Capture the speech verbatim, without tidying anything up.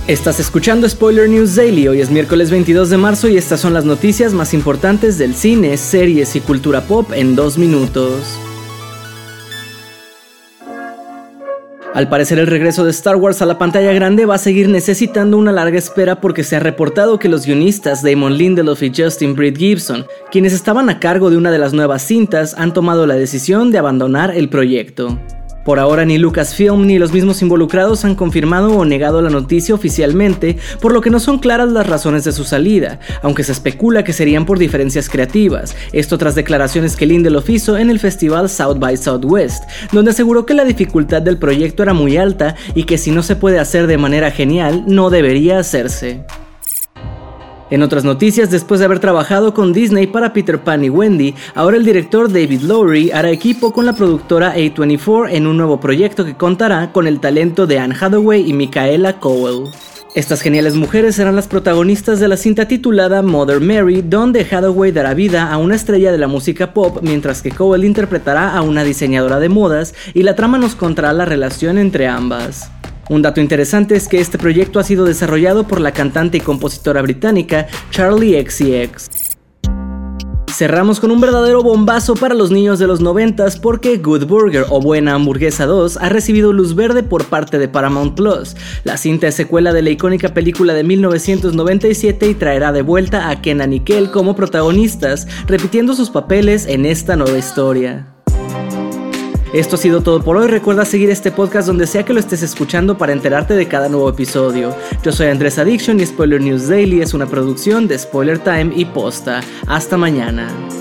Estás escuchando Spoiler News Daily, hoy es miércoles veintidós de marzo y estas son las noticias más importantes del cine, series y cultura pop en dos minutos. Al parecer el regreso de Star Wars a la pantalla grande va a seguir necesitando una larga espera porque se ha reportado que los guionistas Damon Lindelof y Justin Britt Gibson, quienes estaban a cargo de una de las nuevas cintas, han tomado la decisión de abandonar el proyecto. Por ahora ni Lucasfilm ni los mismos involucrados han confirmado o negado la noticia oficialmente, por lo que no son claras las razones de su salida, aunque se especula que serían por diferencias creativas, esto tras declaraciones que Lindelof hizo en el festival South by Southwest, donde aseguró que la dificultad del proyecto era muy alta y que si no se puede hacer de manera genial, no debería hacerse. En otras noticias, después de haber trabajado con Disney para Peter Pan y Wendy, ahora el director David Lowery hará equipo con la productora A veinticuatro en un nuevo proyecto que contará con el talento de Anne Hathaway y Micaela Coel. Estas geniales mujeres serán las protagonistas de la cinta titulada Mother Mary, donde Hathaway dará vida a una estrella de la música pop, mientras que Coel interpretará a una diseñadora de modas y la trama nos contará la relación entre ambas. Un dato interesante es que este proyecto ha sido desarrollado por la cantante y compositora británica Charli X C X. Cerramos con un verdadero bombazo para los niños de los noventas porque Good Burger o Buena Hamburguesa dos ha recibido luz verde por parte de Paramount Plus. La cinta es secuela de la icónica película de mil novecientos noventa y siete y traerá de vuelta a Kenan y Kel como protagonistas, repitiendo sus papeles en esta nueva historia. Esto ha sido todo por hoy. Recuerda seguir este podcast donde sea que lo estés escuchando para enterarte de cada nuevo episodio. Yo soy Andrés Addiction y Spoiler News Daily es una producción de Spoiler Time y Posta. Hasta mañana.